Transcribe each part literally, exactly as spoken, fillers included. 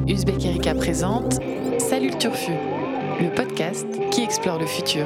Uzbek Erika présente Salut le Turfu, le podcast qui explore le futur.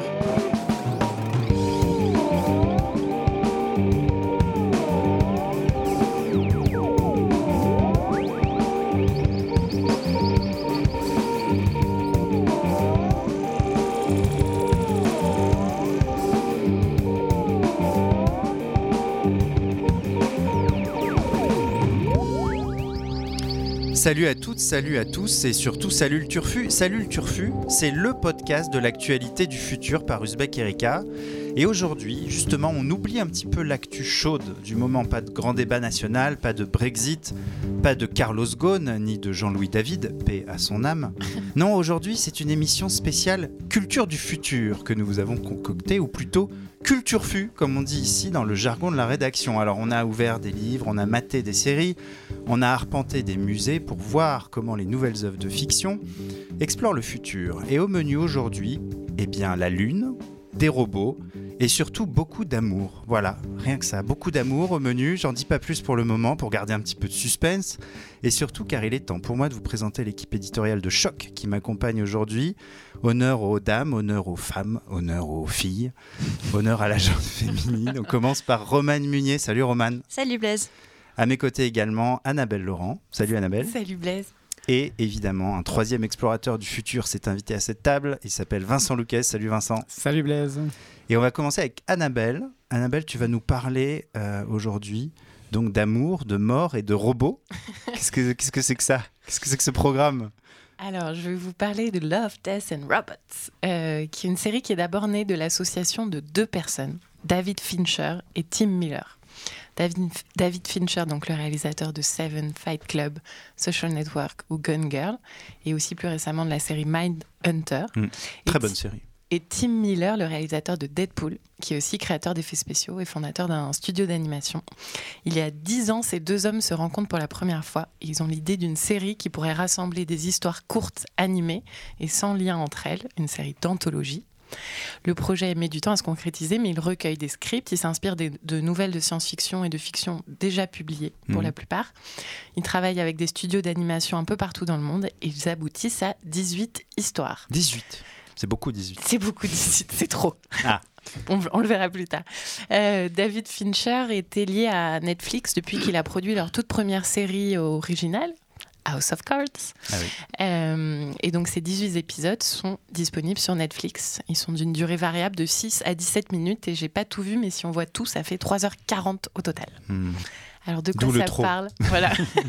Salut à toutes, salut à tous et surtout salut le Turfu. Salut le Turfu, c'est le podcast de l'actualité du futur par Uzbek Erika. Et aujourd'hui, justement, on oublie un petit peu l'actu chaude du moment. Pas de grand débat national, pas de Brexit, pas de Carlos Ghosn, ni de Jean-Louis David, paix à son âme. Non, aujourd'hui, c'est une émission spéciale Culture du futur que nous vous avons concoctée, ou plutôt Culturfu, comme on dit ici dans le jargon de la rédaction. Alors, on a ouvert des livres, on a maté des séries, on a arpenté des musées pour voir comment les nouvelles œuvres de fiction explorent le futur. Et au menu aujourd'hui, eh bien, la Lune, des robots et surtout beaucoup d'amour. Voilà, rien que ça, beaucoup d'amour au menu. J'en dis pas plus pour le moment pour garder un petit peu de suspense et surtout car il est temps pour moi de vous présenter l'équipe éditoriale de Choc qui m'accompagne aujourd'hui. Honneur aux dames, honneur aux femmes, honneur aux filles, honneur à la gente féminine. On commence par Romane Munier. Salut Romane. Salut Blaise. À mes côtés également Annabelle Laurent. Salut Annabelle. Salut Blaise. Et évidemment, un troisième explorateur du futur s'est invité à cette table. Il s'appelle Vincent Louquet. Salut Vincent. Salut Blaise. Et on va commencer avec Annabelle. Annabelle, tu vas nous parler euh, aujourd'hui donc d'amour, de mort et de robots. Qu'est-ce que, qu'est-ce que c'est que ça ? Qu'est-ce que c'est que ce programme ? Alors, je vais vous parler de Love, Death and Robots, euh, qui est une série qui est d'abord née de l'association de deux personnes, David Fincher et Tim Miller. David, David Fincher, donc le réalisateur de Seven, Fight Club, Social Network ou Gone Girl, et aussi plus récemment de la série Mindhunter. Mmh, très et bonne t- série. Et Tim Miller, le réalisateur de Deadpool, qui est aussi créateur d'effets spéciaux et fondateur d'un studio d'animation. Il y a dix ans, ces deux hommes se rencontrent pour la première fois. Ils ont l'idée d'une série qui pourrait rassembler des histoires courtes, animées et sans lien entre elles, une série d'anthologie. Le projet met du temps à se concrétiser, mais il recueille des scripts, il s'inspire des, de nouvelles de science-fiction et de fiction déjà publiées pour mmh. la plupart. Il travaille avec des studios d'animation un peu partout dans le monde et ils aboutissent à dix-huit histoires. dix-huit C'est beaucoup dix-huit. C'est beaucoup dix-huit, c'est trop. Ah. On, on le verra plus tard. Euh, David Fincher était lié à Netflix depuis qu'il a produit leur toute première série originale, House of Cards. Ah oui. euh, et donc ces dix-huit épisodes sont disponibles sur Netflix. Ils sont d'une durée variable de six à dix-sept minutes et j'ai pas tout vu, mais si on voit tout, ça fait trois heures quarante au total. Mmh. Alors de quoi D'où ça le trop. parle ? Voilà.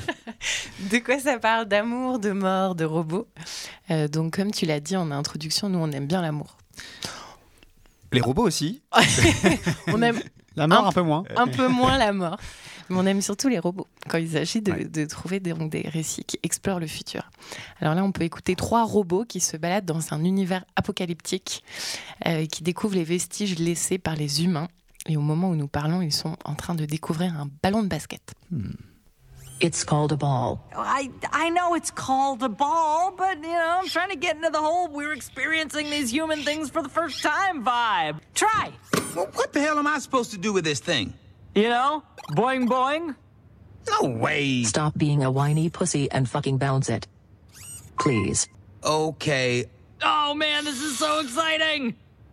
De quoi ça parle ? D'amour, de mort, de robots. Euh, donc comme tu l'as dit en introduction, nous on aime bien l'amour. Les robots aussi. On aime la mort un, un peu moins. Un peu moins la mort. Mais on aime surtout les robots quand il s'agit de, ouais. de trouver des, donc, des récits qui explorent le futur. Alors là, on peut écouter trois robots qui se baladent dans un univers apocalyptique, euh, qui découvrent les vestiges laissés par les humains. Et au moment où nous parlons, ils sont en train de découvrir un ballon de basket. Hmm. It's called a ball. I I know it's called a ball, but, you know, I'm trying to get into the whole we're experiencing these human things for the first time vibe. Try! Well, what the hell am I supposed to do with this thing? You know? Boing boing? No way! Stop being a whiny pussy and fucking bounce it. Please. Okay. Oh, man, this is so exciting!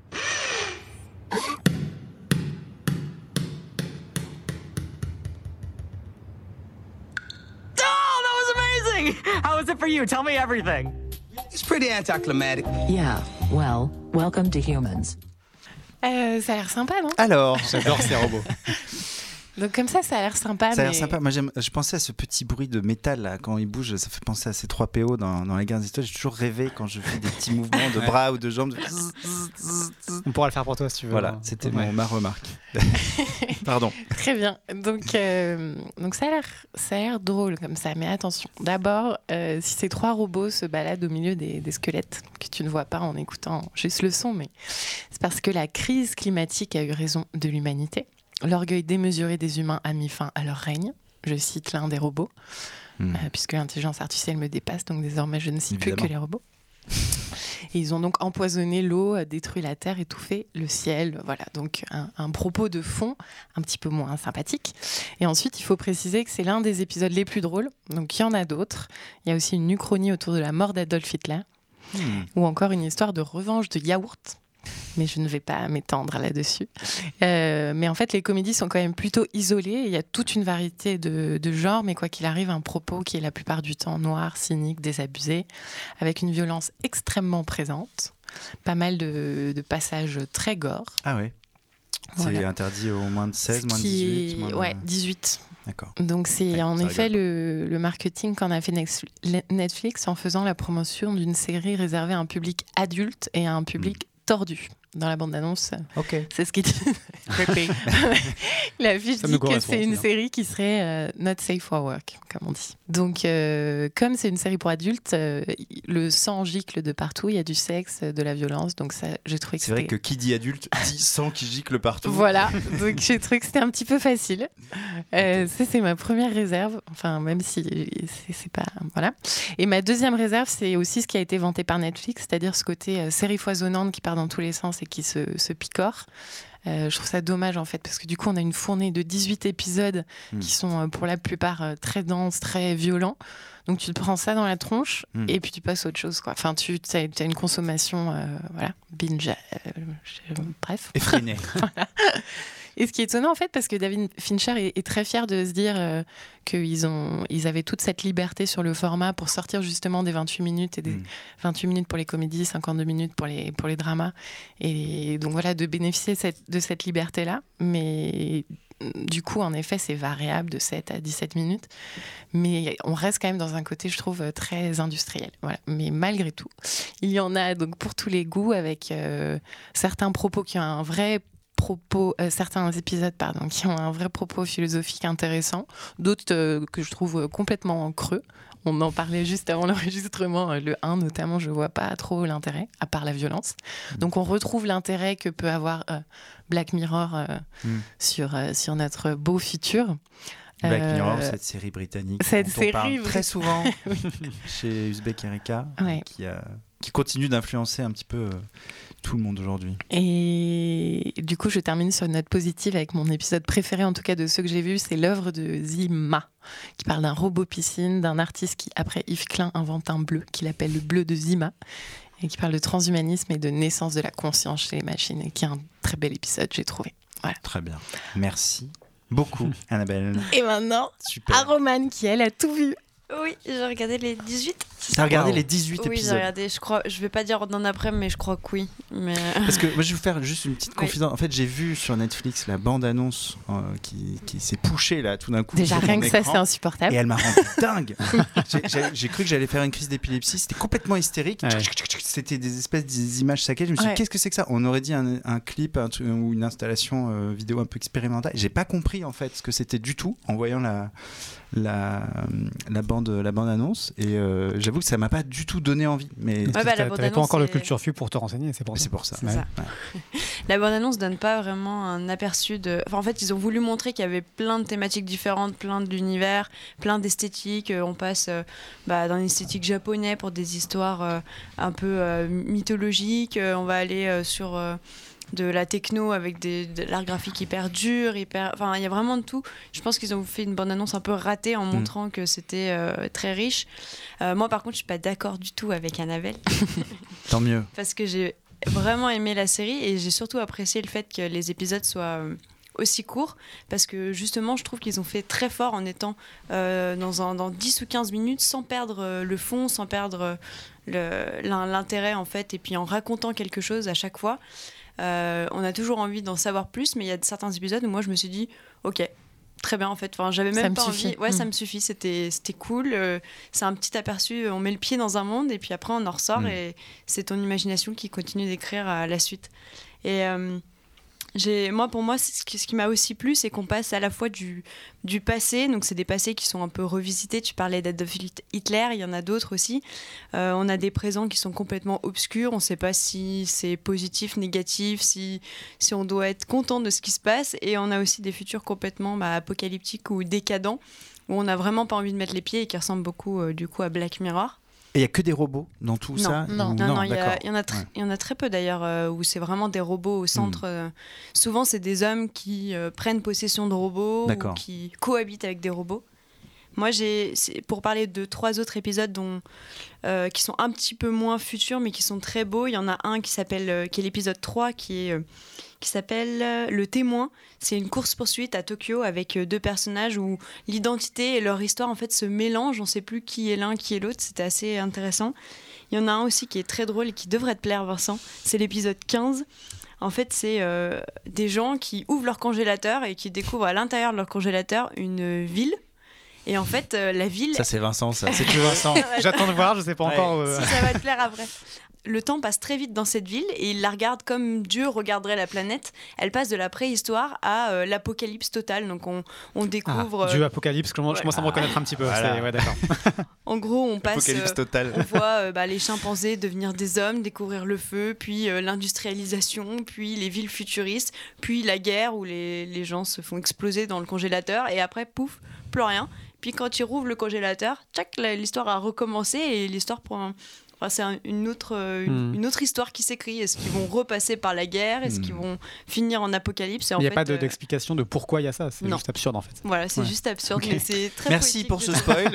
How was it for you? Tell me everything. It's pretty anticlimactic. Yeah, well, welcome to humans. Euh, ça a l'air sympa, non ? Alors, j'adore ces robots. Donc comme ça, ça a l'air sympa. Ça a l'air mais... sympa. Moi, j'aime, je pensais à ce petit bruit de métal là, quand il bouge. Ça fait penser à ces trois P O dans, dans les Guerres des Étoiles. J'ai toujours rêvé quand je fais des petits mouvements de bras ou de jambes. De... On pourra le faire pour toi si tu veux. Voilà, c'était ouais. mon, ma remarque. Pardon. Très bien. Donc, euh, donc ça, a l'air, ça a l'air drôle comme ça. Mais attention, d'abord, euh, si ces trois robots se baladent au milieu des, des squelettes, que tu ne vois pas en écoutant juste le son, mais c'est parce que la crise climatique a eu raison de l'humanité. L'orgueil démesuré des humains a mis fin à leur règne. Je cite l'un des robots, mmh. euh, puisque l'intelligence artificielle me dépasse, donc désormais je ne cite Évidemment. plus que les robots. Et ils ont donc empoisonné l'eau, détruit la terre, étouffé le ciel. Voilà, donc un, un propos de fond un petit peu moins sympathique. Et ensuite, il faut préciser que c'est l'un des épisodes les plus drôles. Donc il y en a d'autres. Il y a aussi une uchronie autour de la mort d'Adolf Hitler. Mmh. Ou encore une histoire de revanche de yaourt. Mais je ne vais pas m'étendre là-dessus. Euh, mais en fait, les comédies sont quand même plutôt isolées. Il y a toute une variété de, de genres, mais quoi qu'il arrive, un propos qui est la plupart du temps noir, cynique, désabusé, avec une violence extrêmement présente. Pas mal de, de passages très gore. Ah ouais. C'est voilà. Interdit au moins de seize, moins de dix-huit moins de... Ouais, dix-huit. D'accord. Donc c'est ouais, en effet le, le marketing qu'en a fait Netflix en faisant la promotion d'une série réservée à un public adulte et à un public mmh. tordu. Dans la bande-annonce, okay. c'est ce qui dit. L'affiche dit que c'est une série qui serait euh, not safe for work, comme on dit. Donc, euh, comme c'est une série pour adultes, euh, le sang gicle de partout, il y a du sexe, de la violence, donc ça, j'ai trouvé que c'est vrai que qui dit adulte dit sang qui gicle partout. Voilà, donc j'ai trouvé que c'était un petit peu facile. Euh, ça, c'est ma première réserve, enfin, même si c'est, c'est pas... Voilà. Et ma deuxième réserve, c'est aussi ce qui a été vanté par Netflix, c'est-à-dire ce côté euh, série foisonnante qui part dans tous les sens et qui se, se picore. Euh, je trouve ça dommage en fait parce que du coup on a une fournée de dix-huit épisodes mmh. qui sont euh, pour la plupart euh, très denses, très violents. Donc tu te prends ça dans la tronche mmh. et puis tu passes à autre chose, quoi. Enfin tu as, as une consommation euh, voilà, binge, euh, je, bref. Effrénée. Voilà. Et ce qui est étonnant en fait, parce que David Fincher est, est très fier de se dire euh, qu'ils ont, ils avaient toute cette liberté sur le format pour sortir justement des vingt-huit minutes et des mmh. vingt-huit minutes pour les comédies, cinquante-deux minutes pour les, pour les dramas. Et donc voilà, de bénéficier cette, de cette liberté-là. Mais du coup, en effet, c'est variable de sept à dix-sept minutes. Mais on reste quand même dans un côté, je trouve, très industriel. Voilà. Mais malgré tout, il y en a donc pour tous les goûts avec euh, certains propos qui ont un vrai propos, euh, certains épisodes pardon, qui ont un vrai propos philosophique intéressant, d'autres euh, que je trouve complètement creux. On en parlait juste avant l'enregistrement, le un notamment, je vois pas trop l'intérêt, à part la violence. Donc on retrouve l'intérêt que peut avoir euh, Black Mirror euh, mm. sur, euh, sur notre beau futur. Black Mirror, euh, cette série britannique cette dont série on parle br... très souvent oui. chez Uzbek Erika, ouais. qui, a, qui continue d'influencer un petit peu... Euh, tout le monde aujourd'hui. Et du coup, je termine sur une note positive avec mon épisode préféré, en tout cas de ceux que j'ai vus, c'est l'œuvre de Zima, qui parle d'un robot piscine, d'un artiste qui, après Yves Klein, invente un bleu qu'il appelle le bleu de Zima, et qui parle de transhumanisme et de naissance de la conscience chez les machines, et qui est un très bel épisode, j'ai trouvé. Voilà. Très bien. Merci beaucoup, Annabelle. Et maintenant, Super. à Romane, qui elle a tout vu. Oui, j'ai regardé les dix-huit. T'as regardé wow. les dix-huit oui, épisodes? Oui, j'ai regardé, je crois, je vais pas dire d'un après, mais je crois que oui. Mais... Parce que moi, je vais vous faire juste une petite confidence. Oui. En fait, j'ai vu sur Netflix la bande-annonce euh, qui, qui s'est pushée là, tout d'un coup. Déjà, rien que ça, c'est insupportable. Et elle m'a rendu dingue. j'ai, j'ai, j'ai cru que j'allais faire une crise d'épilepsie. C'était complètement hystérique. Ouais. C'était des espèces d'images saccades. Je me suis ouais. dit, qu'est-ce que c'est que ça? On aurait dit un, un clip un, ou une installation euh, vidéo un peu expérimentale. J'ai pas compris en fait ce que c'était du tout en voyant la... La, la bande la bande annonce et euh, j'avoue que ça m'a pas du tout donné envie mais ouais, bah, t'avais pas encore c'est... le culture fut pour te renseigner, c'est pour ça, c'est pour ça, c'est ouais. ça. Ouais. La bande annonce donne pas vraiment un aperçu de enfin, en fait ils ont voulu montrer qu'il y avait plein de thématiques différentes, plein d'univers, plein d'esthétiques. On passe euh, bah, dans l'esthétique japonais pour des histoires euh, un peu euh, mythologiques, on va aller euh, sur euh, de la techno avec des, de l'art graphique hyper dur, hyper... Enfin, il y a vraiment de tout. Je pense qu'ils ont fait une bande-annonce un peu ratée en mmh. montrant que c'était euh, très riche. Euh, moi, par contre, je suis pas d'accord du tout avec Annabelle. Tant mieux. Parce que j'ai vraiment aimé la série et j'ai surtout apprécié le fait que les épisodes soient aussi courts parce que justement, je trouve qu'ils ont fait très fort en étant euh, dans, un, dans dix ou quinze minutes sans perdre le fond, sans perdre le, l'intérêt en fait et puis en racontant quelque chose à chaque fois. Euh, on a toujours envie d'en savoir plus, mais il y a certains épisodes où moi je me suis dit, ok, très bien en fait. Enfin, j'avais même ça pas me suffit. envie. Ouais, mmh. ça me suffit. C'était, c'était cool. Euh, c'est un petit aperçu. On met le pied dans un monde et puis après on en ressort mmh. et c'est ton imagination qui continue d'écrire à la suite. Et euh, j'ai, moi, pour moi, ce qui, ce qui m'a aussi plu, c'est qu'on passe à la fois du, du passé, donc c'est des passés qui sont un peu revisités. Tu parlais d'Adolf Hitler, il y en a d'autres aussi. Euh, on a des présents qui sont complètement obscurs. On ne sait pas si c'est positif, négatif, si, si on doit être content de ce qui se passe. Et on a aussi des futurs complètement bah, apocalyptiques ou décadents, où on n'a vraiment pas envie de mettre les pieds et qui ressemblent beaucoup euh, du coup à Black Mirror. Et il n'y a que des robots dans tout non. ça Non, ou... non, non, non, il y, d'accord. y, en a tr- Ouais. y en a très peu d'ailleurs euh, où c'est vraiment des robots au centre. Mm. Euh, souvent, c'est des hommes qui euh, prennent possession de robots D'accord. ou qui cohabitent avec des robots. Moi, j'ai, c'est pour parler de trois autres épisodes dont, euh, qui sont un petit peu moins futurs, mais qui sont très beaux. Il y en a un qui s'appelle, euh, qui est l'épisode trois, qui, est, euh, qui s'appelle euh, Le Témoin. C'est une course-poursuite à Tokyo avec euh, deux personnages où l'identité et leur histoire en fait se mélangent. On ne sait plus qui est l'un, qui est l'autre. C'était assez intéressant. Il y en a un aussi qui est très drôle et qui devrait te plaire, Vincent. C'est l'épisode quinze. En fait, c'est euh, des gens qui ouvrent leur congélateur et qui découvrent à l'intérieur de leur congélateur une ville. Et en fait, euh, la ville... Ça, c'est Vincent, ça. C'est plus Vincent. J'attends de voir, je sais pas Ouais. encore. euh, Si ça va te plaire après. Le temps passe très vite dans cette ville et il la regarde comme Dieu regarderait la planète. Elle passe de la préhistoire à euh, l'apocalypse totale. Donc on, on Ah, découvre... Dieu euh, Apocalypse, je commence je commence à me reconnaître un petit peu. Voilà. c'est- Ouais, d'accord. en gros, on passe... Apocalypse euh, total. on voit euh, bah, les chimpanzés devenir des hommes, découvrir le feu, puis euh, l'industrialisation, puis les villes futuristes, puis la guerre où les, les gens se font exploser dans le congélateur et après, pouf, plus rien. Puis quand tu rouvres le congélateur, tchac, la- l'histoire a recommencé et l'histoire prend... Enfin, c'est un- une, autre, euh, une, Mm. une autre histoire qui s'écrit. Est-ce qu'ils vont repasser par la guerre? Est-ce Mm. qu'ils vont finir en apocalypse? Et en Il n'y a fait, pas de- euh, d'explication de pourquoi il y a ça. C'est non. juste absurde en fait. Voilà, c'est Ouais. juste absurde, Ok. mais c'est très Merci poétique pour de ce ça. spoil.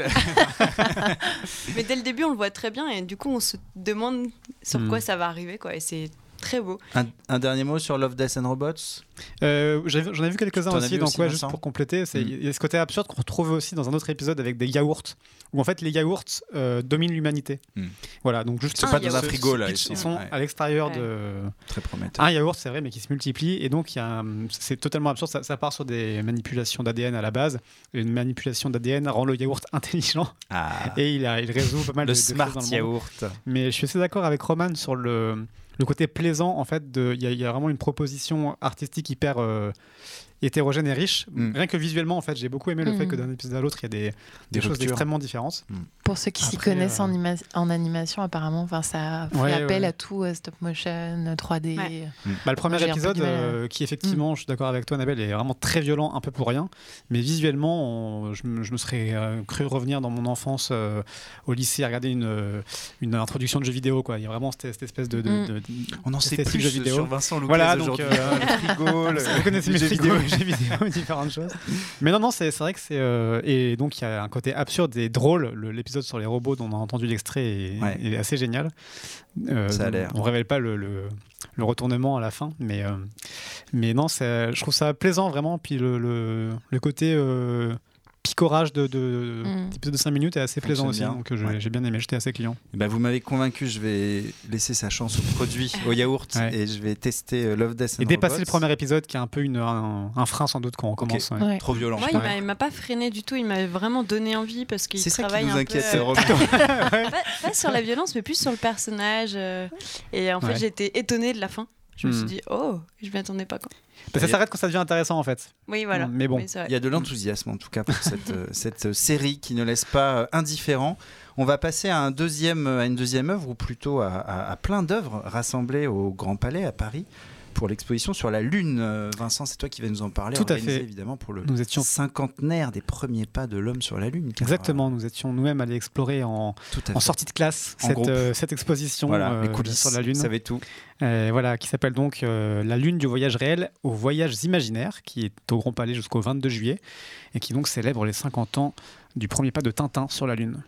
Mais dès le début, on le voit très bien et du coup, on se demande sur Mm. quoi ça va arriver, quoi. Et c'est très beau. un, un dernier mot sur Love, Death and Robots. Euh, j'avais- J'en ai vu quelques-uns T'en as aussi, vu donc aussi, ouais, juste Vincent pour compléter, c'est- Mm. il y a ce côté absurde qu'on retrouve aussi dans un autre épisode avec des yaourts, où en fait les yaourts euh, dominent l'humanité. Mm. Voilà, donc juste C'est Un pas dans un yaourt. frigo là. pitch, Ils sont, ils sont ouais, à l'extérieur Ouais. de très prometteurs. un yaourt, c'est vrai, mais qui se multiplie, et donc il y a un- c'est totalement absurde. Ça, ça part sur des manipulations d'A D N à la base, et une manipulation d'A D N rend le yaourt intelligent, Ah, et il, a, il résout pas mal le de, de choses smart dans le monde. yaourt. Mais je suis assez d'accord avec Roman sur le, le côté plaisant. En fait, de- il y, a- il y a vraiment une proposition artistique hyper euh, hétérogène et riche. Mm. Rien que visuellement, en fait, j'ai beaucoup aimé le Mm. fait que d'un épisode à l'autre, il y a des, des, Des choses ruptures. extrêmement différentes. Pour ceux qui s'y Après, connaissent euh, en, ima- en animation, apparemment, enfin, ça fait Ouais, appel ouais. à tout, euh, stop motion, trois D. Ouais. Bah, le premier Moi, j'ai un peu épisode, du mal à- euh, qui effectivement, je suis d'accord avec toi, Annabelle, est vraiment très violent, un peu pour rien. Mais visuellement, on- je, me- je me serais euh, cru revenir dans mon enfance euh, au lycée à regarder une, euh, une introduction de jeux vidéo. Quoi. Il y a vraiment cette, cette espèce de, de, Mm. de- de- On en sait esthétique plus jeux vidéo. sur Vincent Lucas Voilà, donc, aujourd'hui. euh, Le frigo, le- Vous connaissez mes les jeux frigos, vidéo. les jeux vidéo, différentes choses. Mais non, non, c'est c'est vrai que c'est. euh, et donc, il y a un côté absurde et drôle. Le- L'épisode sur les robots dont on a entendu l'extrait est, Ouais. est assez génial. Euh, Ça a l'air. On révèle pas le, le, le retournement à la fin, mais, euh, mais non, c'est- je trouve ça plaisant vraiment. Puis le, le, le côté. Euh, picorage de, de, Mm. d'épisode de cinq minutes est assez plaisant aussi, Fonctionne bien. donc euh, j'ai Ouais. j'ai bien aimé, j'étais assez client. Eh ben, vous m'avez convaincu, je vais laisser sa chance au produit, au yaourt, Ouais. et je vais tester euh, Love, Death and Et dépasser Robots. le premier épisode qui est un peu une, un, un frein sans doute quand on commence. ouais. Ouais. Trop violent. Moi, je il crois. m'a- il m'a pas freiné du tout. Il m'a vraiment donné envie parce qu'il C'est ça qui travaille nous un inquiète, peu, euh, euh, Romain. pas, pas sur la violence, mais plus sur le personnage. euh, et en fait, Ouais. j'étais étonnée de la fin. Je me suis Mm. dit, oh, je m'y attendais pas. Quoi. Mais ça s'arrête quand ça devient intéressant en fait. Oui, voilà. Mais bon. c'est vrai. Il y a de l'enthousiasme en tout cas pour cette, euh, cette série qui ne laisse pas euh, indifférent. On va passer à, un deuxième, à une deuxième œuvre, ou plutôt à, à- à plein d'œuvres rassemblées au Grand Palais à Paris pour l'exposition sur la Lune. Euh, Vincent, c'est toi qui vas nous en parler. Tout à organisée, fait. évidemment pour le Nous étions cinquantenaire des premiers pas de l'homme sur la Lune. car, Exactement, nous étions nous-mêmes allés explorer en, euh, tout à en fait. sortie de classe En cette, groupe. euh, cette exposition Voilà, euh, les coulisses, sur la Lune, vous savez tout. Euh, voilà, qui s'appelle donc euh, La Lune du voyage réel aux voyages imaginaires, qui est au Grand Palais jusqu'au vingt-deux juillet, et qui donc célèbre les cinquante ans du premier pas de Tintin sur la Lune.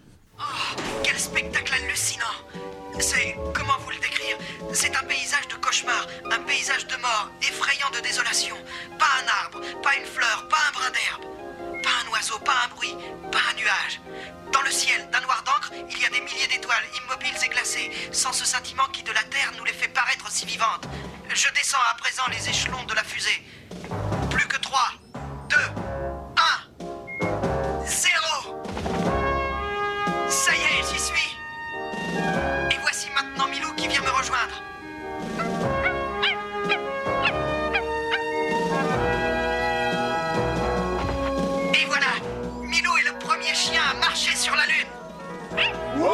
Quel spectacle hallucinant! C'est... comment vous le décrire? C'est un paysage de cauchemar, un paysage de mort, effrayant de désolation. Pas un arbre, pas une fleur, pas un brin d'herbe. Pas un oiseau, pas un bruit, pas un nuage. Dans le ciel, d'un noir d'encre, il y a des milliers d'étoiles, immobiles et glacées, sans ce scintillement qui de la Terre nous les fait paraître si vivantes. Je descends à présent les échelons de la fusée. Plus que trois, deux, un, zéro. Ça y est, j'y suis. Et voici maintenant Milou qui vient me rejoindre. Et voilà, Milou est le premier chien à marcher sur la Lune.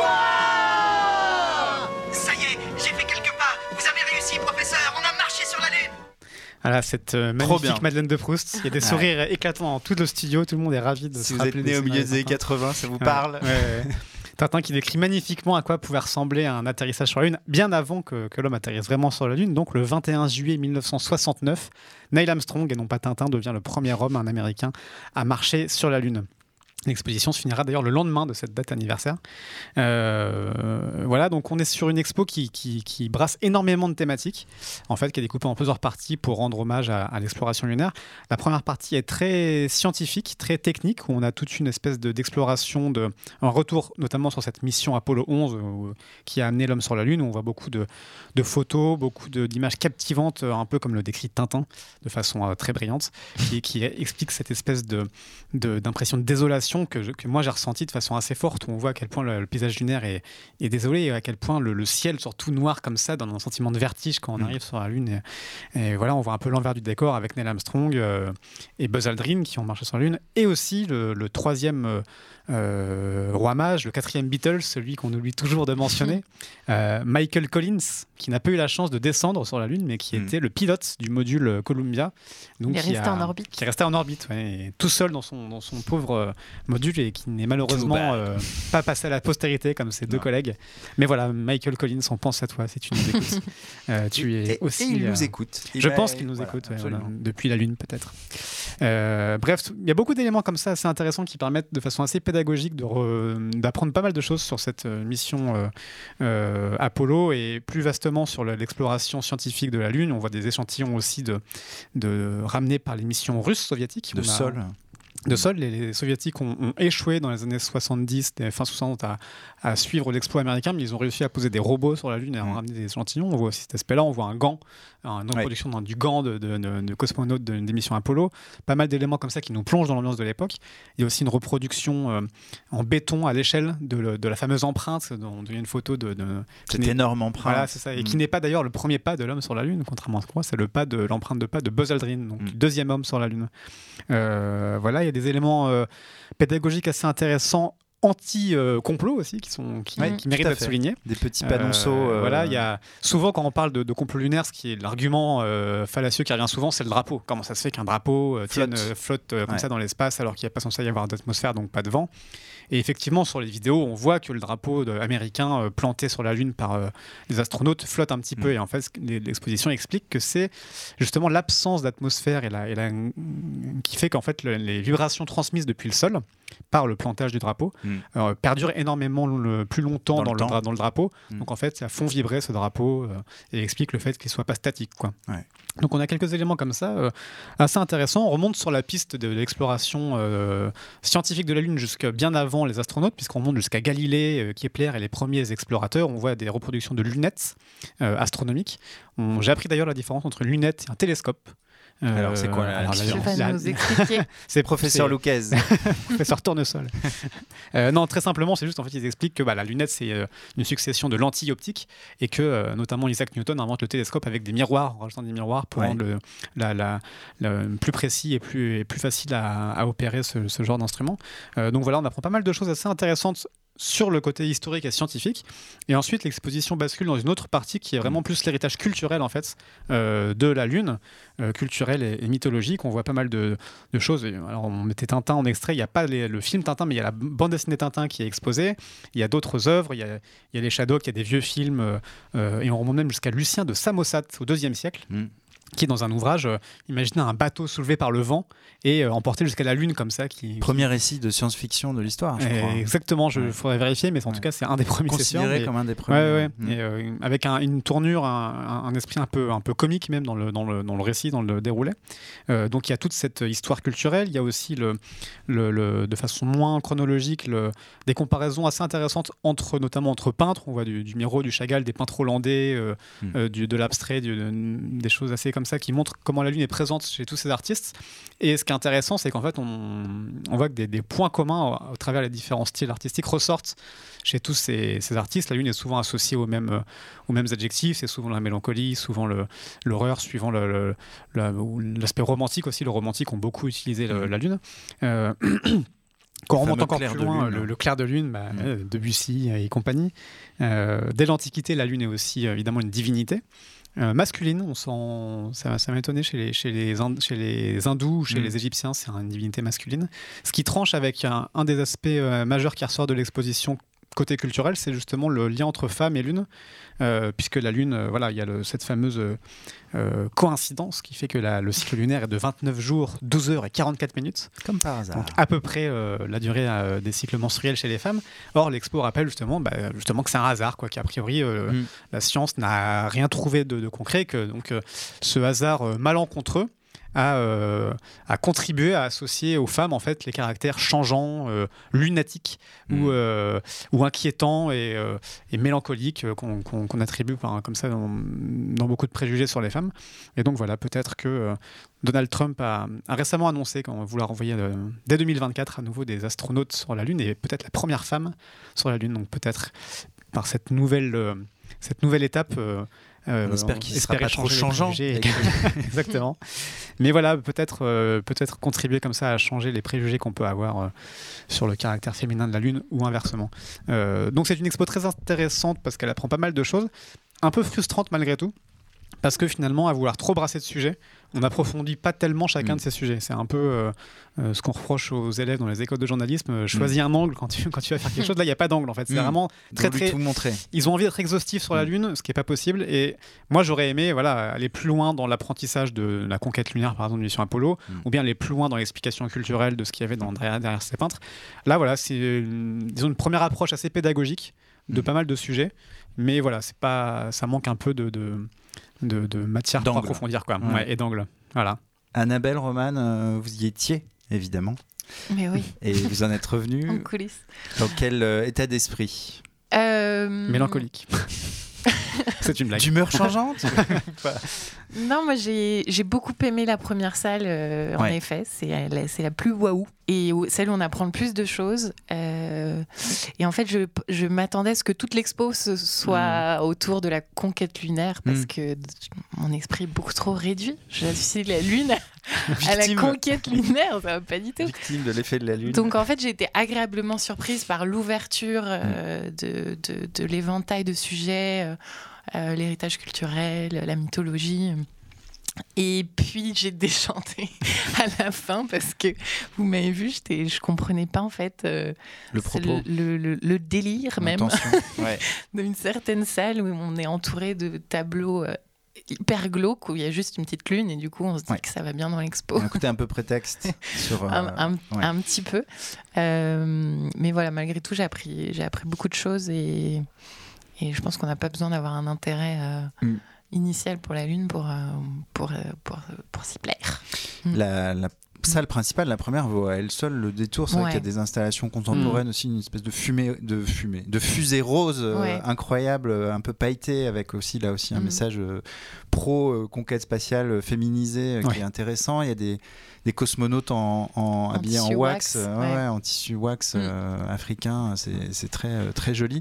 Ça y est, j'ai fait quelques pas. Vous avez réussi, professeur. On a marché sur la Lune. Voilà, cette euh, Trop bien. magnifique Madeleine de Proust. Il y a des Ouais. sourires éclatants dans tout le studio, tout le monde est ravi de Si se vous rappeler êtes né des au milieu des souvenirs années quatre-vingts, ça vous Ouais, parle ouais, ouais. Tintin qui décrit magnifiquement à quoi pouvait ressembler un atterrissage sur la Lune, bien avant que, que l'homme atterrisse vraiment sur la Lune. Donc le vingt et un juillet mille neuf cent soixante-neuf, Neil Armstrong, et non pas Tintin, devient le premier homme, un Américain, à marcher sur la Lune. L'exposition se finira d'ailleurs le lendemain de cette date anniversaire. Euh, voilà, donc on est sur une expo qui, qui, qui brasse énormément de thématiques, en fait, qui est découpée en plusieurs parties pour rendre hommage à, à l'exploration lunaire. La première partie est très scientifique, très technique, où on a toute une espèce de, d'exploration, de, un retour notamment sur cette mission Apollo onze où, qui a amené l'homme sur la Lune, où on voit beaucoup de, de photos, beaucoup de, d'images captivantes, un peu comme le décrit Tintin, de façon euh, très brillante, qui, qui explique cette espèce de, de, d'impression de désolation Que, je, que moi j'ai ressenti de façon assez forte, où on voit à quel point le, le paysage lunaire est, est désolé et à quel point le, le ciel sort tout noir comme ça, donne un sentiment de vertige quand on arrive mmh. sur la Lune. Et, et voilà, on voit un peu l'envers du décor avec Neil Armstrong euh, et Buzz Aldrin qui ont marché sur la Lune, et aussi le, le troisième euh, euh, roi mage, le quatrième Beatles, celui qu'on oublie toujours de mentionner, euh, Michael Collins, qui n'a pas eu la chance de descendre sur la Lune, mais qui mmh. était le pilote du module Columbia. Donc il est resté a, en orbite. Qui est resté en orbite, ouais, tout seul dans son, dans son pauvre euh, module, et qui n'est malheureusement euh, pas passé à la postérité comme ses deux non. collègues. Mais voilà, Michael Collins, on pense à toi si tu nous écoutes. euh, tu es et, aussi. Et il euh, nous écoute. Je bah, pense qu'il nous voilà, écoute, ouais, voilà, depuis la Lune peut-être. Euh, bref, il y a beaucoup d'éléments comme ça assez intéressants qui permettent de façon assez pédagogique de re, d'apprendre pas mal de choses sur cette euh, mission euh, euh, Apollo, et plus vastement sur le, l'exploration scientifique de la Lune. On voit des échantillons aussi de, de ramenés par les missions russes soviétiques. De sol. De sol, les, les soviétiques ont, ont échoué dans les années soixante-dix, fin soixante, à, à suivre l'exploit américain, mais ils ont réussi à poser des robots sur la Lune et à mmh. ramener des échantillons. On voit aussi cet aspect-là, on voit un gant, une reproduction ouais. du gant de, de, de, de cosmonautes de, des missions Apollo. Pas mal d'éléments comme ça qui nous plongent dans l'ambiance de l'époque. Il y a aussi une reproduction euh, en béton à l'échelle de, le, de la fameuse empreinte, dont il y a une photo de... de Cette énorme empreinte. Voilà, c'est ça, et mmh. qui n'est pas d'ailleurs le premier pas de l'homme sur la Lune, contrairement à ce qu'on croit, c'est le pas de, l'empreinte de pas de Buzz Aldrin, donc mmh. deuxième homme sur la Lune. Euh, voilà, il y a des éléments euh, pédagogiques assez intéressants, anti-complot euh, aussi, qui, sont, qui, ouais, qui méritent d'être soulignés. Des petits panonceaux. Euh, euh... Voilà, il y a souvent quand on parle de, de complot lunaire, ce qui est l'argument euh, fallacieux qui revient souvent, c'est le drapeau. Comment ça se fait qu'un drapeau euh, flotte, tienne, euh, flotte euh, comme ouais. ça dans l'espace alors qu'il n'y a pas censé y avoir d'atmosphère, donc pas de vent. Et effectivement, sur les vidéos, on voit que le drapeau de, américain euh, planté sur la Lune par euh, les astronautes flotte un petit mmh. peu. Et en fait, l'exposition explique que c'est justement l'absence d'atmosphère et la, et la, qui fait qu'en fait, le, les vibrations transmises depuis le sol par le plantage du drapeau mmh. euh, perdurent énormément le, plus longtemps dans, dans, le, le, dans le drapeau. Mmh. Donc en fait, ça font vibrer ce drapeau euh, et explique le fait qu'il ne soit pas statique, quoi. Ouais. Donc on a quelques éléments comme ça euh, assez intéressants. On remonte sur la piste de l'exploration euh, scientifique de la Lune jusqu'à bien avant les astronautes, puisqu'on monte jusqu'à Galilée, euh, Kepler et les premiers explorateurs. On voit des reproductions de lunettes euh, astronomiques. On, j'ai appris d'ailleurs la différence entre une lunette et un télescope. Euh, alors c'est quoi la, alors, la, la, la, nous expliquer. C'est professeur Lucas. Professeur Tournesol. euh, non, très simplement, c'est juste en fait ils expliquent que bah, la lunette c'est euh, une succession de lentilles optiques, et que euh, notamment Isaac Newton invente le télescope avec des miroirs, en rajoutant des miroirs pour ouais. rendre le, la, la, la, plus précis et plus, et plus facile à, à opérer ce, ce genre d'instrument. Euh, donc voilà, on apprend pas mal de choses assez intéressantes sur le côté historique et scientifique. Et ensuite, l'exposition bascule dans une autre partie qui est vraiment plus l'héritage culturel en fait euh, de la Lune, euh, culturel et, et mythologique. On voit pas mal de, de choses. Alors, on mettait Tintin en extrait. Il n'y a pas les, le film Tintin, mais il y a la bande dessinée Tintin qui est exposée. Il y a d'autres œuvres. Il y a, il y a les Shadocks, il y a des vieux films. Euh, et on remonte même jusqu'à Lucien de Samosate au deuxième siècle. Mmh. Qui est dans un ouvrage, euh, imaginez un bateau soulevé par le vent et euh, emporté jusqu'à la Lune comme ça. Qui, Premier récit de science-fiction de l'histoire, je crois. Exactement, il ouais. faudrait vérifier, mais en ouais. tout cas, c'est un des premiers. Considéré sûr, comme un des premiers. Ouais, ouais. Mmh. Et, euh, avec un, une tournure, un, un esprit un peu, un peu comique même dans le, dans le, dans le récit, dans le déroulé. Euh, donc il y a toute cette histoire culturelle. Il y a aussi, le, le, le, de façon moins chronologique, le, des comparaisons assez intéressantes, entre, notamment entre peintres. On voit du, du Miro, du Chagall, des peintres hollandais, euh, mmh. euh, du, de l'abstrait, du, de, des choses assez comme ça qui montrent comment la Lune est présente chez tous ces artistes. Et ce qui est intéressant, c'est qu'en fait, on, on voit que des, des points communs au travers les différents styles artistiques ressortent chez tous ces, ces artistes. La Lune est souvent associée aux mêmes, aux mêmes adjectifs. C'est souvent la mélancolie, souvent le, l'horreur, suivant le, le, le, l'aspect romantique aussi. Les romantiques ont beaucoup utilisé le, la Lune. Euh, Quand on remonte encore plus loin, le, le clair de lune, bah, mmh. euh, Debussy et compagnie. Euh, dès l'Antiquité, la Lune est aussi évidemment une divinité. Euh, masculine, on sent, ça, ça m'a étonné chez les, chez les, Ind, chez les hindous, chez mmh. les égyptiens, c'est une divinité masculine. Ce qui tranche avec un, un des aspects euh, majeurs qui ressort de l'exposition côté culturel, c'est justement le lien entre femme et lune, euh, puisque la lune, euh, voilà, il y a le, cette fameuse euh, coïncidence qui fait que la, le cycle lunaire est de vingt-neuf jours, douze heures et quarante-quatre minutes. Comme par hasard. Donc à peu près euh, la durée euh, des cycles menstruels chez les femmes. Or, l'expo rappelle justement, bah, justement que c'est un hasard, quoi, qu'a priori euh, mm. la science n'a rien trouvé de, de concret, que donc euh, ce hasard euh, malencontreux a, euh, a contribué à associer aux femmes en fait les caractères changeants, euh, lunatiques mmh. ou, euh, ou inquiétants et, euh, et mélancoliques euh, qu'on, qu'on, qu'on attribue par, comme ça dans, dans beaucoup de préjugés sur les femmes. Et donc voilà, peut-être que euh, Donald Trump a, a récemment annoncé qu'on va vouloir envoyer euh, dès deux mille vingt-quatre à nouveau des astronautes sur la Lune et peut-être la première femme sur la Lune. Donc peut-être par cette nouvelle, euh, cette nouvelle étape. Euh, Euh, on espère qu'il ne sera pas trop changeant. Exactement. Mais voilà, peut-être, euh, peut-être contribuer comme ça à changer les préjugés qu'on peut avoir euh, sur le caractère féminin de la Lune ou inversement. Euh, donc c'est une expo très intéressante parce qu'elle apprend pas mal de choses, un peu frustrante malgré tout. Parce que finalement, à vouloir trop brasser de sujets, on n'approfondit pas tellement chacun mmh. de ces sujets. C'est un peu euh, euh, ce qu'on reproche aux élèves dans les écoles de journalisme. Euh, choisis mmh. un angle quand tu, quand tu vas faire quelque chose. Là, il n'y a pas d'angle en fait. C'est mmh. vraiment très très. Tout montrer. Ils ont envie d'être exhaustifs sur mmh. la Lune, ce qui n'est pas possible. Et moi, j'aurais aimé voilà, aller plus loin dans l'apprentissage de la conquête lunaire, par exemple, de mission Apollo, mmh. ou bien aller plus loin dans l'explication culturelle de ce qu'il y avait dans, derrière, derrière ces peintres. Là, voilà, c'est une, disons, une première approche assez pédagogique de mmh. pas mal de sujets. Mais voilà, c'est pas, ça manque un peu de. de De, de matière d'angle. Pour approfondir quoi. Ouais. Ouais, et d'angle. Voilà. Annabelle, Romane, euh, vous y étiez évidemment. Mais oui. Et vous en êtes revenu. En coulisses. Dans quel euh, état d'esprit euh... Mélancolique. C'est une blague. D'humeur changeante. Non, moi j'ai, j'ai beaucoup aimé la première salle, euh, en ouais. effet. C'est la, c'est la plus waouh. Et celle où on apprend le plus de choses. Euh, et en fait, je, je m'attendais à ce que toute l'expo ce soit mmh. autour de la conquête lunaire parce mmh. que mon esprit est beaucoup trop réduit. J'associe la Lune à la conquête lunaire, ça va pas du tout. Victime de l'effet de la Lune. Donc en fait, j'ai été agréablement surprise par l'ouverture euh, mmh. de, de, de l'éventail de sujets, euh, euh, l'héritage culturel, la mythologie. Et puis j'ai déchanté à la fin parce que vous m'avez vu, j'étais, je comprenais pas en fait euh, le propos, le, le, le délire même ouais. d'une certaine salle où on est entouré de tableaux euh, hyper glauques où il y a juste une petite lune et du coup on se dit ouais. que ça va bien dans l'expo. Écoutez un peu prétexte sur euh, un, un, ouais. un petit peu, euh, mais voilà, malgré tout j'ai appris, j'ai appris beaucoup de choses et, et je pense qu'on n'a pas besoin d'avoir un intérêt. Euh, mm. initial pour la Lune pour, euh, pour, euh, pour, pour, pour s'y plaire. La, la salle principale, la première, vaut à elle seule le détour. C'est ouais. vrai qu'il y a des installations contemporaines mmh. aussi, une espèce de fumée, de fumée, de fusée rose euh, ouais. incroyable, un peu pailletée, avec aussi là aussi un mmh. message euh, pro euh, conquête spatiale féminisée euh, ouais. qui est intéressant. Il y a des des cosmonautes en, en, en habillés en wax, wax euh, ouais. Ouais, en tissu wax mmh. euh, africain, c'est, c'est très, très joli.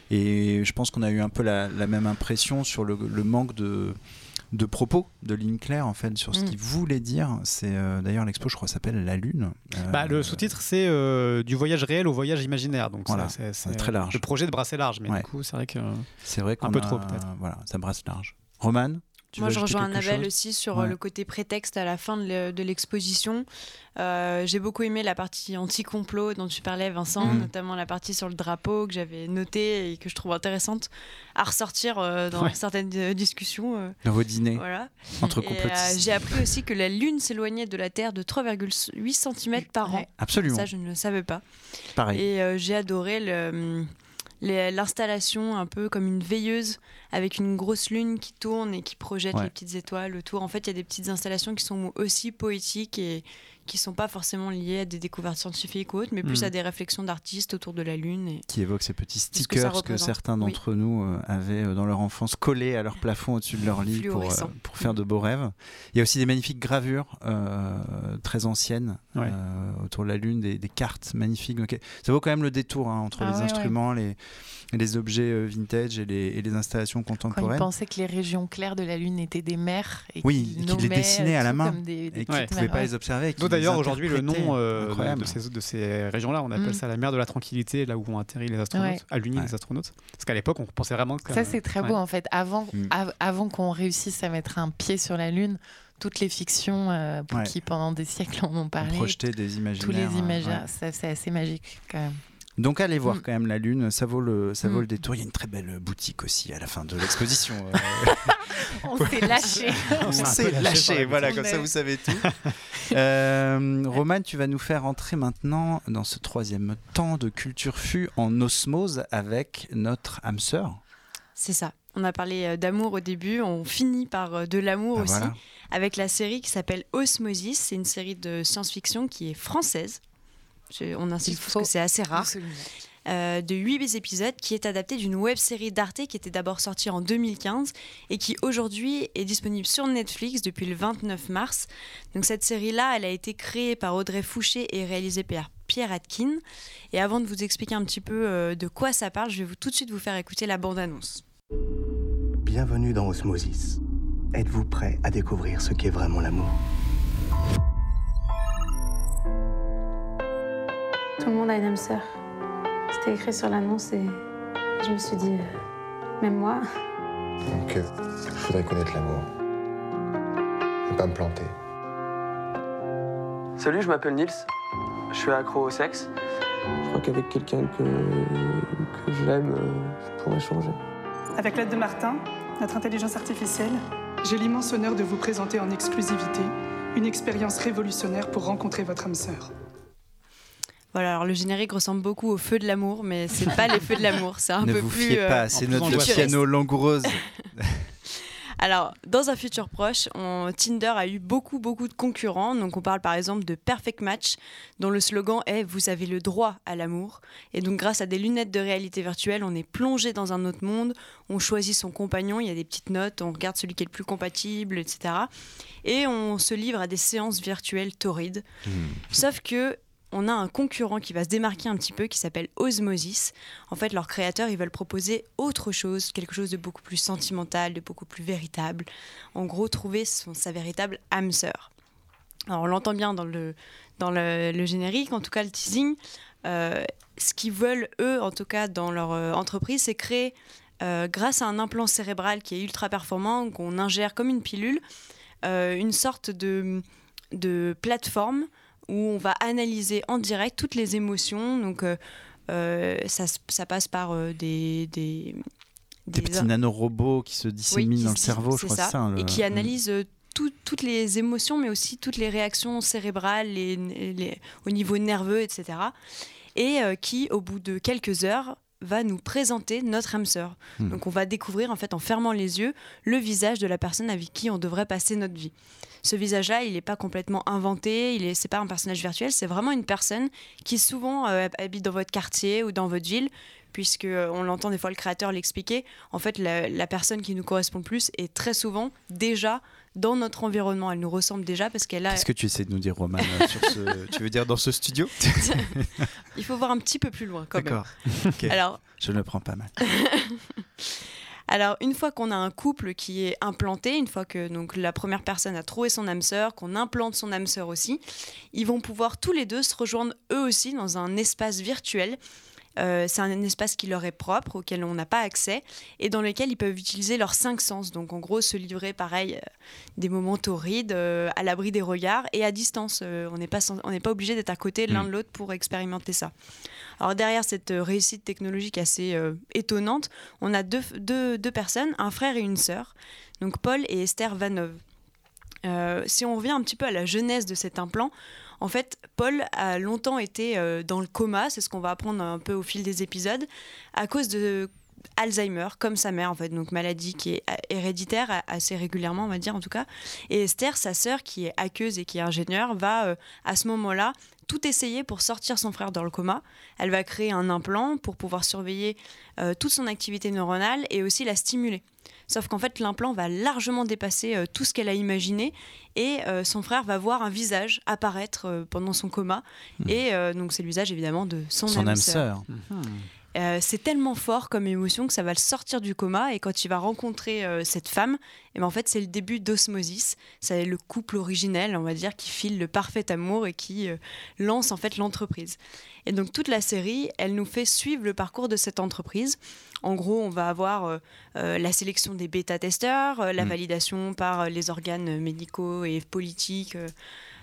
Et je pense qu'on a eu un peu la, la même impression sur le, le manque de, de propos de ligne claire en fait, sur ce mmh. qu'il voulait dire. C'est, euh, d'ailleurs, l'expo, je crois, s'appelle La Lune. Euh, bah, le sous-titre, c'est euh, du voyage réel au voyage imaginaire. Donc voilà, ça, c'est, c'est, c'est très large. Le projet de brasser large, mais ouais. du coup, c'est vrai que c'est vrai qu'on un peu a, trop peut-être. Voilà, ça brasse large. Romane ? Tu Moi, je rejoins Annabelle aussi sur ouais. le côté prétexte à la fin de, le, de l'exposition. Euh, j'ai beaucoup aimé la partie anti-complot dont tu parlais, Vincent, mmh. notamment la partie sur le drapeau que j'avais notée et que je trouve intéressante à ressortir euh, dans ouais. certaines euh, discussions. Euh, dans vos dîners, voilà. entre et, complotistes. Euh, j'ai appris aussi que la Lune s'éloignait de la Terre de trois virgule huit centimètres par an. Absolument. Ça, je ne le savais pas. Pareil. Et euh, j'ai adoré le... Les, l'installation un peu comme une veilleuse avec une grosse lune qui tourne et qui projette ouais. les petites étoiles autour. En fait, il y a des petites installations qui sont aussi poétiques et qui ne sont pas forcément liées à des découvertes scientifiques ou autres, mais plus mmh. à des réflexions d'artistes autour de la Lune. Et qui évoquent ces petits stickers que, que certains d'entre oui. nous euh, avaient euh, dans leur enfance collés à leur plafond au-dessus de leur lit pour, euh, pour faire de beaux rêves. Il y a aussi des magnifiques gravures euh, très anciennes ouais. euh, autour de la Lune, des, des cartes magnifiques. Donc, ça vaut quand même le détour hein, entre ah les ouais, instruments, ouais. les, les objets euh, vintage et les, et les installations contemporaines. Quand ils pensaient que les régions claires de la Lune étaient des mers et oui, qu'ils, et qu'ils les dessinaient à la main des, des et qu'ils ne pouvaient pas ouais. les observer. D'ailleurs, aujourd'hui, le nom euh, de, de, ces, de ces régions-là, on appelle mmh. ça la mer de la tranquillité, là où vont atterrir les astronautes, ouais. à l'Uni ouais. les astronautes. Parce qu'à l'époque, on pensait vraiment que... Ça, c'est très beau, ouais. en fait. Avant, mmh. av- avant qu'on réussisse à mettre un pied sur la Lune, toutes les fictions euh, pour ouais. qui, pendant des siècles, en ont parlé... On projetait des imaginaires. Tous les imaginaires, ouais. ça, c'est assez magique, quand même. Donc allez voir Mm. quand même la Lune, ça vaut le, ça vaut Mm. le détour. Il y a une très belle boutique aussi à la fin de l'exposition. On s'est lâché. On s'est un s'est peu lâché lâché, par la voilà, boutique. comme ça vous savez tout. euh, Romane, tu vas nous faire entrer maintenant dans ce troisième temps de Culture Fu en osmose avec notre âme sœur. C'est ça. On a parlé euh, d'amour au début, on finit par euh, de l'amour Ah, aussi, voilà. avec la série qui s'appelle Osmosis. C'est une série de science-fiction qui est française. Je- on Il insiste parce faut que c'est assez rare. Absolument. Euh, de huit épisodes qui est adaptée d'une web-série d'Arte qui était d'abord sortie en deux mille quinze et qui aujourd'hui est disponible sur Netflix depuis le vingt-neuf mars. Donc cette série-là, elle a été créée par Audrey Fouché et réalisée par Pierre Atkin. Et avant de vous expliquer un petit peu euh, de quoi ça parle, je vais vous, tout de suite vous faire écouter la bande-annonce. Bienvenue dans Osmosis. Êtes-vous prêt à découvrir ce qu'est vraiment l'amour? Tout le monde a une âme sœur. C'était écrit sur l'annonce et je me suis dit, euh, même moi. Donc, euh, je voudrais connaître l'amour. Et pas me planter. Salut, je m'appelle Nils. Je suis accro au sexe. Je crois qu'avec quelqu'un que, que j'aime, euh, je pourrais changer. Avec l'aide de Martin, notre intelligence artificielle, j'ai l'immense honneur de vous présenter en exclusivité une expérience révolutionnaire pour rencontrer votre âme sœur. Voilà, alors le générique ressemble beaucoup au feu de l'amour, mais c'est pas les feux de l'amour, c'est un ne peu vous plus. fiez euh, pas, c'est notre futuriste. piano langoureuse. Alors, dans un futur proche, on- Tinder a eu beaucoup, beaucoup de concurrents. Donc, on parle par exemple de Perfect Match, dont le slogan est « Vous avez le droit à l'amour ». Et donc, grâce à des lunettes de réalité virtuelle, on est plongé dans un autre monde. On choisit son compagnon, il y a des petites notes, on regarde celui qui est le plus compatible, et cetera. Et on se livre à des séances virtuelles torrides. Mmh. Sauf que on a un concurrent qui va se démarquer un petit peu, qui s'appelle Osmosis. En fait, leurs créateurs, ils veulent proposer autre chose, quelque chose de beaucoup plus sentimental, de beaucoup plus véritable. En gros, trouver son, sa véritable âme sœur. Alors, on l'entend bien dans le, dans le, le générique, en tout cas le teasing. Euh, ce qu'ils veulent, eux, en tout cas, dans leur euh, entreprise, c'est créer, euh, grâce à un implant cérébral qui est ultra performant, qu'on ingère comme une pilule, euh, une sorte de, de plateforme où on va analyser en direct toutes les émotions. Donc, euh, euh, ça, ça passe par euh, des, des, Des petits nanorobots qui se disséminent oui, qui dans le se- cerveau, je c'est crois que ça, c'est ça. hein, le- et qui Mm. analysent euh, tout- toutes les émotions, mais aussi toutes les réactions cérébrales, les, les- au niveau nerveux, et cetera. Et euh, qui, au bout de quelques heures, va nous présenter notre âme sœur. Hmm. Donc on va découvrir, en fait, en fermant les yeux, le visage de la personne avec qui on devrait passer notre vie. Ce visage-là, il n'est pas complètement inventé, il est, c'est pas un personnage virtuel, c'est vraiment une personne qui souvent euh, habite dans votre quartier ou dans votre ville, puisque euh, on l'entend des fois le créateur l'expliquer. En fait, la, la personne qui nous correspond le plus est très souvent déjà dans notre environnement. Elle nous ressemble déjà parce qu'elle a. Qu'est-ce que tu essaies de nous dire, Roman, euh, sur ce... Tu veux dire dans ce studio? Il faut voir un petit peu plus loin, quand même. D'accord. Ok. Alors, Je ne le prends pas mal. Alors, une fois qu'on a un couple qui est implanté, une fois que donc, la première personne a trouvé son âme sœur, qu'on implante son âme sœur aussi, ils vont pouvoir tous les deux se rejoindre eux aussi dans un espace virtuel. Euh, c'est un espace qui leur est propre, auquel on n'a pas accès, et dans lequel ils peuvent utiliser leurs cinq sens. Donc, en gros, se livrer, pareil, euh, des moments torrides, euh, à l'abri des regards, et à distance. Euh, on n'est pas, sen- on n'est pas obligé d'être à côté l'un Mmh. de l'autre pour expérimenter ça. Alors, derrière cette euh, réussite technologique assez euh, étonnante, on a deux, deux, deux personnes, un frère et une sœur, donc Paul et Esther Vanov. Euh, si on revient un petit peu à la genèse de cet implant, en fait, Paul a longtemps été euh, dans le coma, c'est ce qu'on va apprendre un peu au fil des épisodes, à cause de Alzheimer, comme sa mère, en fait, donc maladie qui est héréditaire assez régulièrement, on va dire en tout cas. Et Esther, sa sœur, qui est hackeuse et qui est ingénieure, va euh, à ce moment-là tout essayer pour sortir son frère dans le coma. Elle va créer un implant pour pouvoir surveiller euh, toute son activité neuronale et aussi la stimuler. Sauf qu'en fait, l'implant va largement dépasser euh, tout ce qu'elle a imaginé et euh, son frère va voir un visage apparaître euh, pendant son coma. Mmh. Et euh, donc, c'est le visage évidemment de son, son âme sœur. Mmh. Euh, c'est tellement fort comme émotion que ça va le sortir du coma, et quand il va rencontrer euh, cette femme, eh ben, en fait, c'est le début d'Osmosis. C'est le couple originel, on va dire, qui file le parfait amour et qui euh, lance en fait l'entreprise. Et donc toute la série, elle nous fait suivre le parcours de cette entreprise. En gros, on va avoir euh, euh, la sélection des bêta-testeurs, euh, la mmh. validation par euh, les organes médicaux et politiques, euh,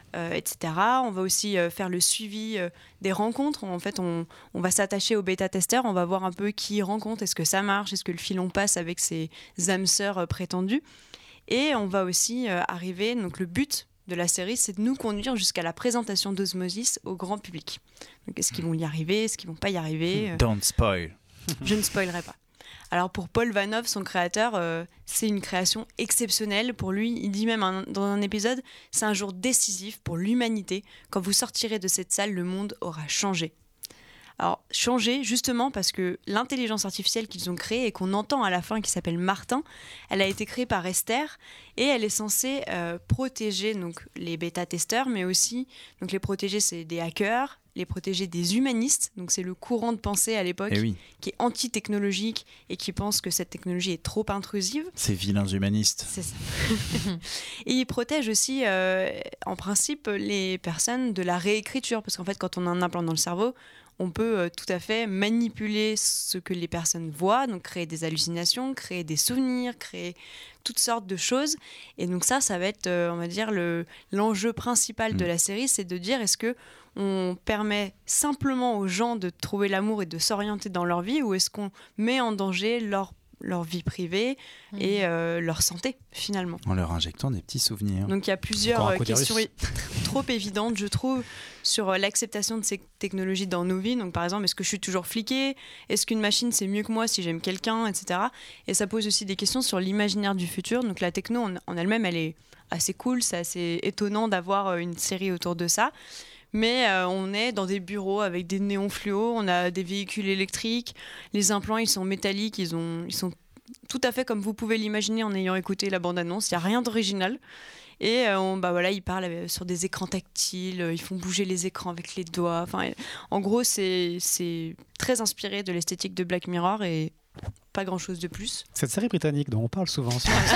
euh, et cetera. On va aussi euh, faire le suivi euh, des rencontres. En fait, on, on va s'attacher aux bêta-testeurs, on va voir un peu qui rencontre, est-ce que ça marche, est-ce que le filon passe avec ses âmes sœurs euh, prétendues. Et on va aussi euh, arriver, donc le but de la série, c'est de nous conduire jusqu'à la présentation d'Osmosis au grand public. Donc est-ce qu'ils vont y arriver, est-ce qu'ils vont pas y arriver euh... Don't spoil. Je ne spoilerai pas. Alors pour Paul Vanov, son créateur, euh, c'est une création exceptionnelle. Pour lui, il dit même un, dans un épisode, c'est un jour décisif pour l'humanité. Quand vous sortirez de cette salle, le monde aura changé. Alors changé justement parce que l'intelligence artificielle qu'ils ont créée et qu'on entend à la fin, qui s'appelle Martin, elle a été créée par Esther et elle est censée euh, protéger donc les bêta-testeurs, mais aussi donc les protéger, c'est des hackers, les protéger des humanistes, donc c'est le courant de pensée à l'époque Eh oui. qui est anti-technologique et qui pense que cette technologie est trop intrusive. Ces vilains humanistes. C'est ça. Et il protège aussi, euh, en principe, les personnes de la réécriture, parce qu'en fait, quand on a un implant dans le cerveau, on peut euh, tout à fait manipuler ce que les personnes voient, donc créer des hallucinations, créer des souvenirs, créer toutes sortes de choses. Et donc ça, ça va être, euh, on va dire, le, l'enjeu principal mmh. de la série, c'est de dire est-ce que on permet simplement aux gens de trouver l'amour et de s'orienter dans leur vie, ou est-ce qu'on met en danger leur, leur vie privée mmh. et euh, leur santé, finalement. En leur injectant des petits souvenirs. Donc il y a plusieurs questions trop évidentes, je trouve, sur l'acceptation de ces technologies dans nos vies. Donc par exemple, est-ce que je suis toujours fliquée ? Est-ce qu'une machine, c'est mieux que moi si j'aime quelqu'un, et cetera. Et ça pose aussi des questions sur l'imaginaire du futur. Donc la techno, en, en elle-même, elle est assez cool, c'est assez étonnant d'avoir une série autour de ça. Mais euh, on est dans des bureaux avec des néons fluo, on a des véhicules électriques, les implants ils sont métalliques, ils, ont, ils sont tout à fait comme vous pouvez l'imaginer en ayant écouté la bande-annonce, il n'y a rien d'original. Et euh, on, bah voilà, ils parlent avec, sur des écrans tactiles, ils font bouger les écrans avec les doigts. Enfin, en gros, c'est, c'est très inspiré de l'esthétique de Black Mirror et pas grand chose de plus. Cette série britannique dont on parle souvent.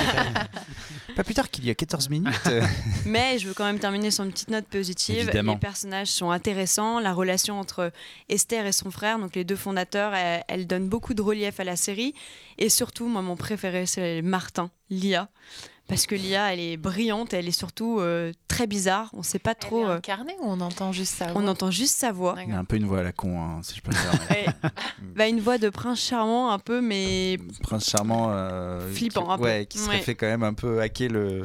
Pas plus tard qu'il y a quatorze minutes. Mais je veux quand même terminer sur une petite note positive. Évidemment. Les personnages sont intéressants. La relation entre Esther et son frère, donc les deux fondateurs, elle, elle donne beaucoup de relief à la série. Et surtout, moi, mon préféré, c'est Martin, Lia. Parce que Lia, elle est brillante, elle est surtout euh, très bizarre. On ne sait pas trop. Elle est incarnée ou on entend juste sa voix ? On entend juste sa voix. Il y a un peu une voix à la con, hein, si je peux le dire. Bah, une voix de prince charmant, un peu, mais. Prince charmant. Euh, flippant, qui, un peu. Ouais, qui serait ouais. fait quand même un peu hacker le,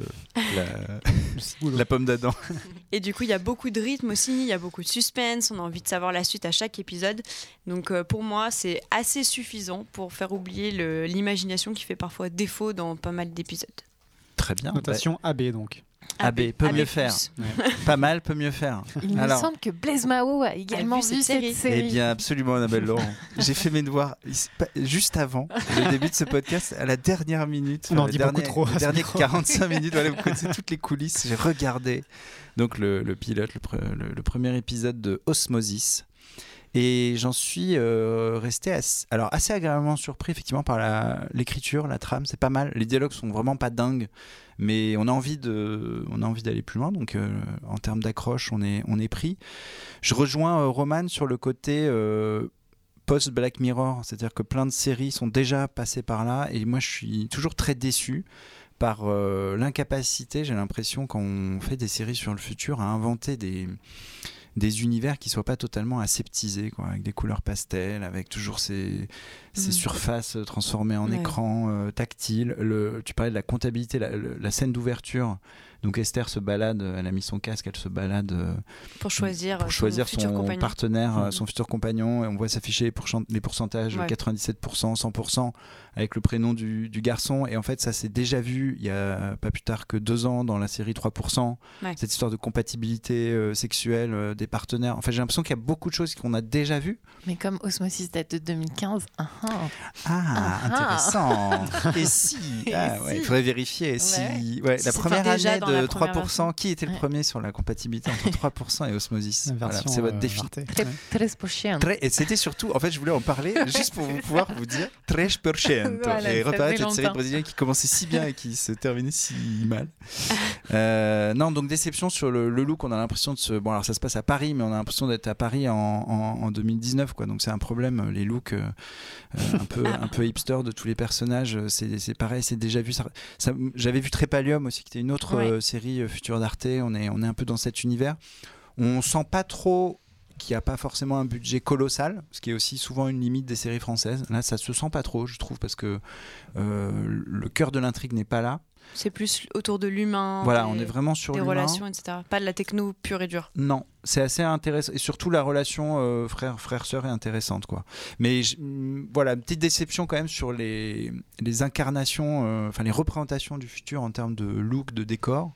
la, la pomme d'Adam. Et du coup, il y a beaucoup de rythme aussi, il y a beaucoup de suspense. On a envie de savoir la suite à chaque épisode. Donc, euh, pour moi, c'est assez suffisant pour faire oublier le, l'imagination qui fait parfois défaut dans pas mal d'épisodes. Très bien. Notation bah... A B donc. A B, peut A B mieux plus. faire. Ouais. Pas mal, peut mieux faire. Il Alors, me semble que Blaise Mao a également vu, vu cette série. série. Eh bien, absolument, Annabelle Laurent. J'ai fait mes devoirs juste avant le début de ce podcast, à la dernière minute. On en dit beaucoup trop. Les dernières quarante-cinq minutes, voilà, vous connaissez toutes les coulisses. J'ai regardé donc le, le pilote, le, pre, le, le premier épisode de Osmosis. Et j'en suis euh, resté assez, alors assez agréablement surpris effectivement par la, l'écriture, la trame, c'est pas mal. Les dialogues sont vraiment pas dingues, mais on a envie de, on a envie d'aller plus loin. Donc euh, en termes d'accroche, on est, on est pris. Je rejoins euh, Roman sur le côté euh, post Black Mirror, c'est-à-dire que plein de séries sont déjà passées par là, et moi je suis toujours très déçu par euh, l'incapacité, j'ai l'impression quand on fait des séries sur le futur, à inventer des des univers qui ne soient pas totalement aseptisés, quoi, avec des couleurs pastel, avec toujours ces, ces mmh. surfaces transformées en ouais. écran euh, tactile. Le, tu parlais de la comptabilité, la, la scène d'ouverture. Donc Esther se balade, elle a mis son casque, elle se balade euh, pour choisir, pour choisir son, son partenaire, mmh. son futur compagnon, et on voit s'afficher les, pourcent- les pourcentages, ouais. quatre-vingt-dix-sept pour cent, cent pour cent, avec le prénom du, du garçon. Et en fait, ça s'est déjà vu il y a pas plus tard que deux ans dans la série trois pour cent, ouais. cette histoire de compatibilité euh, sexuelle euh, des partenaires. En fait, j'ai l'impression qu'il y a beaucoup de choses qu'on a déjà vues. Mais comme Osmosis date de deux mille quinze, uh-huh. ah, uh-huh. intéressant. Et si, ah, Et ouais, si. il faudrait vérifier. Et si, ouais. Ouais, si la première année de trois pour cent, version. qui était le ouais. premier sur la compatibilité entre trois pour cent et Osmosis? Voilà, c'est votre défi. Très pour chien. Et c'était surtout, en fait, je voulais en parler juste pour vous pouvoir vous dire très pour chien. Voilà, et reparaître cette longtemps. série brésilienne qui commençait si bien et qui se terminait si mal. euh, non, donc déception sur le, le look. On a l'impression de se. Bon, alors ça se passe à Paris, mais on a l'impression d'être à Paris en, en, en deux mille dix-neuf, quoi. Donc c'est un problème, les looks euh, un peu un peu hipster de tous les personnages. C'est, c'est pareil, c'est déjà vu. Ça, ça, j'avais vu Trépalium aussi, qui était une autre ouais. euh, euh, série euh, future d'Arte, on est, on est un peu dans cet univers. On sent pas trop qu'il n'y a pas forcément un budget colossal, ce qui est aussi souvent une limite des séries françaises. Là, ça se sent pas trop, je trouve, parce que euh, le cœur de l'intrigue n'est pas là. C'est plus autour de l'humain. Voilà, des, on est vraiment sur des l'humain. relations, et cetera. Pas de la techno pure et dure. Non, c'est assez intéressant. Et surtout, la relation euh, frère, frère-sœur est intéressante, quoi. Mais je, voilà, une petite déception quand même sur les, les incarnations, enfin euh, les représentations du futur en termes de look, de décor.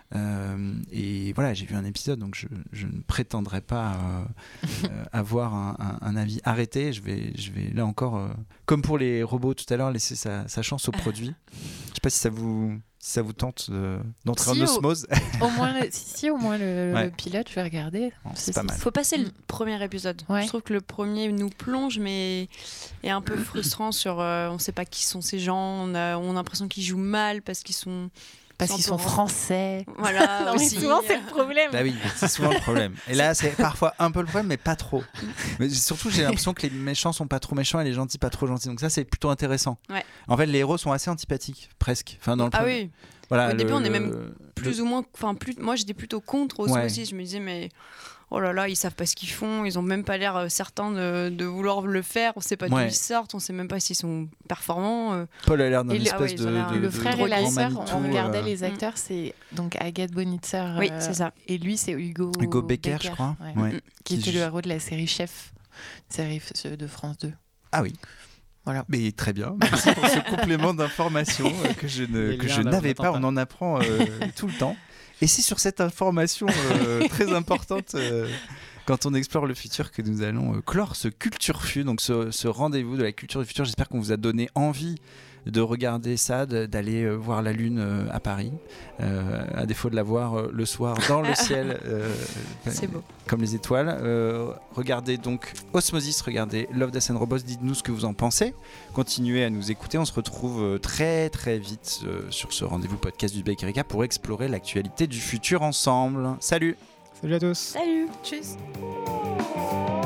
Euh, et voilà, j'ai vu un épisode, donc je, je ne prétendrai pas euh, euh, avoir un, un, un avis arrêté. Je vais, je vais là encore, euh, comme pour les robots tout à l'heure, laisser sa, sa chance au produit. Je sais pas si ça vous, si ça vous tente de, d'entrer si, en osmose. Au, au moins, le, si, si, au moins le, ouais. le pilote, je vais regarder. Bon, c'est, c'est pas mal. Faut passer le premier épisode. Ouais. Je trouve que le premier nous plonge, mais est un peu frustrant sur. Euh, on ne sait pas qui sont ces gens. On a, on a l'impression qu'ils jouent mal parce qu'ils sont. Parce qu'ils sont français. Voilà, non, aussi. Mais souvent, c'est le problème. Bah oui, c'est souvent le problème. Et là, c'est parfois un peu le problème, mais pas trop. Mais surtout, j'ai l'impression que les méchants sont pas trop méchants et les gentils pas trop gentils. Donc ça, c'est plutôt intéressant. Ouais. En fait, les héros sont assez antipathiques, presque. Enfin, dans le ah premier... oui. Voilà, Au le, début, on est le, même plus le... ou moins. Enfin, plus. Moi, j'étais plutôt contre aussi. Ouais. aussi. Je me disais, mais oh là là, ils savent pas ce qu'ils font. Ils ont même pas l'air euh, certains de, de vouloir le faire. On sait pas ouais. d'où ils sortent. On sait même pas s'ils sont performants. Euh... Paul a l'air d'un et espèce ah ouais, de, de, Le de, frère de et la sœur, Manitou, on regardait euh... les acteurs. C'est donc Agathe Bonitzer. Oui, euh, c'est ça. Et lui, c'est Hugo. Hugo Becker, Becker je crois. Ouais. Ouais. Qui, qui était ju... le héros de la série Chef, série de France deux. Ah oui. Voilà. Mais très bien, merci pour ce complément d'information euh, que je, ne, que je n'avais pas. On en apprend euh, tout le temps. Et c'est sur cette information euh, très importante euh, quand on explore le futur que nous allons euh, clore ce Culture-Fu, donc ce, ce rendez-vous de la culture du futur. J'espère qu'on vous a donné envie de regarder ça, de, d'aller euh, voir la Lune euh, à Paris, euh, à défaut de la voir euh, le soir dans le ciel, euh, c'est beau. Comme les étoiles. Euh, regardez donc Osmosis, regardez Love, Death and Robots, dites-nous ce que vous en pensez. Continuez à nous écouter, on se retrouve euh, très très vite euh, sur ce rendez-vous podcast d'Uzbek Erika pour explorer l'actualité du futur ensemble. Salut. Salut à tous. Salut. Tchuss.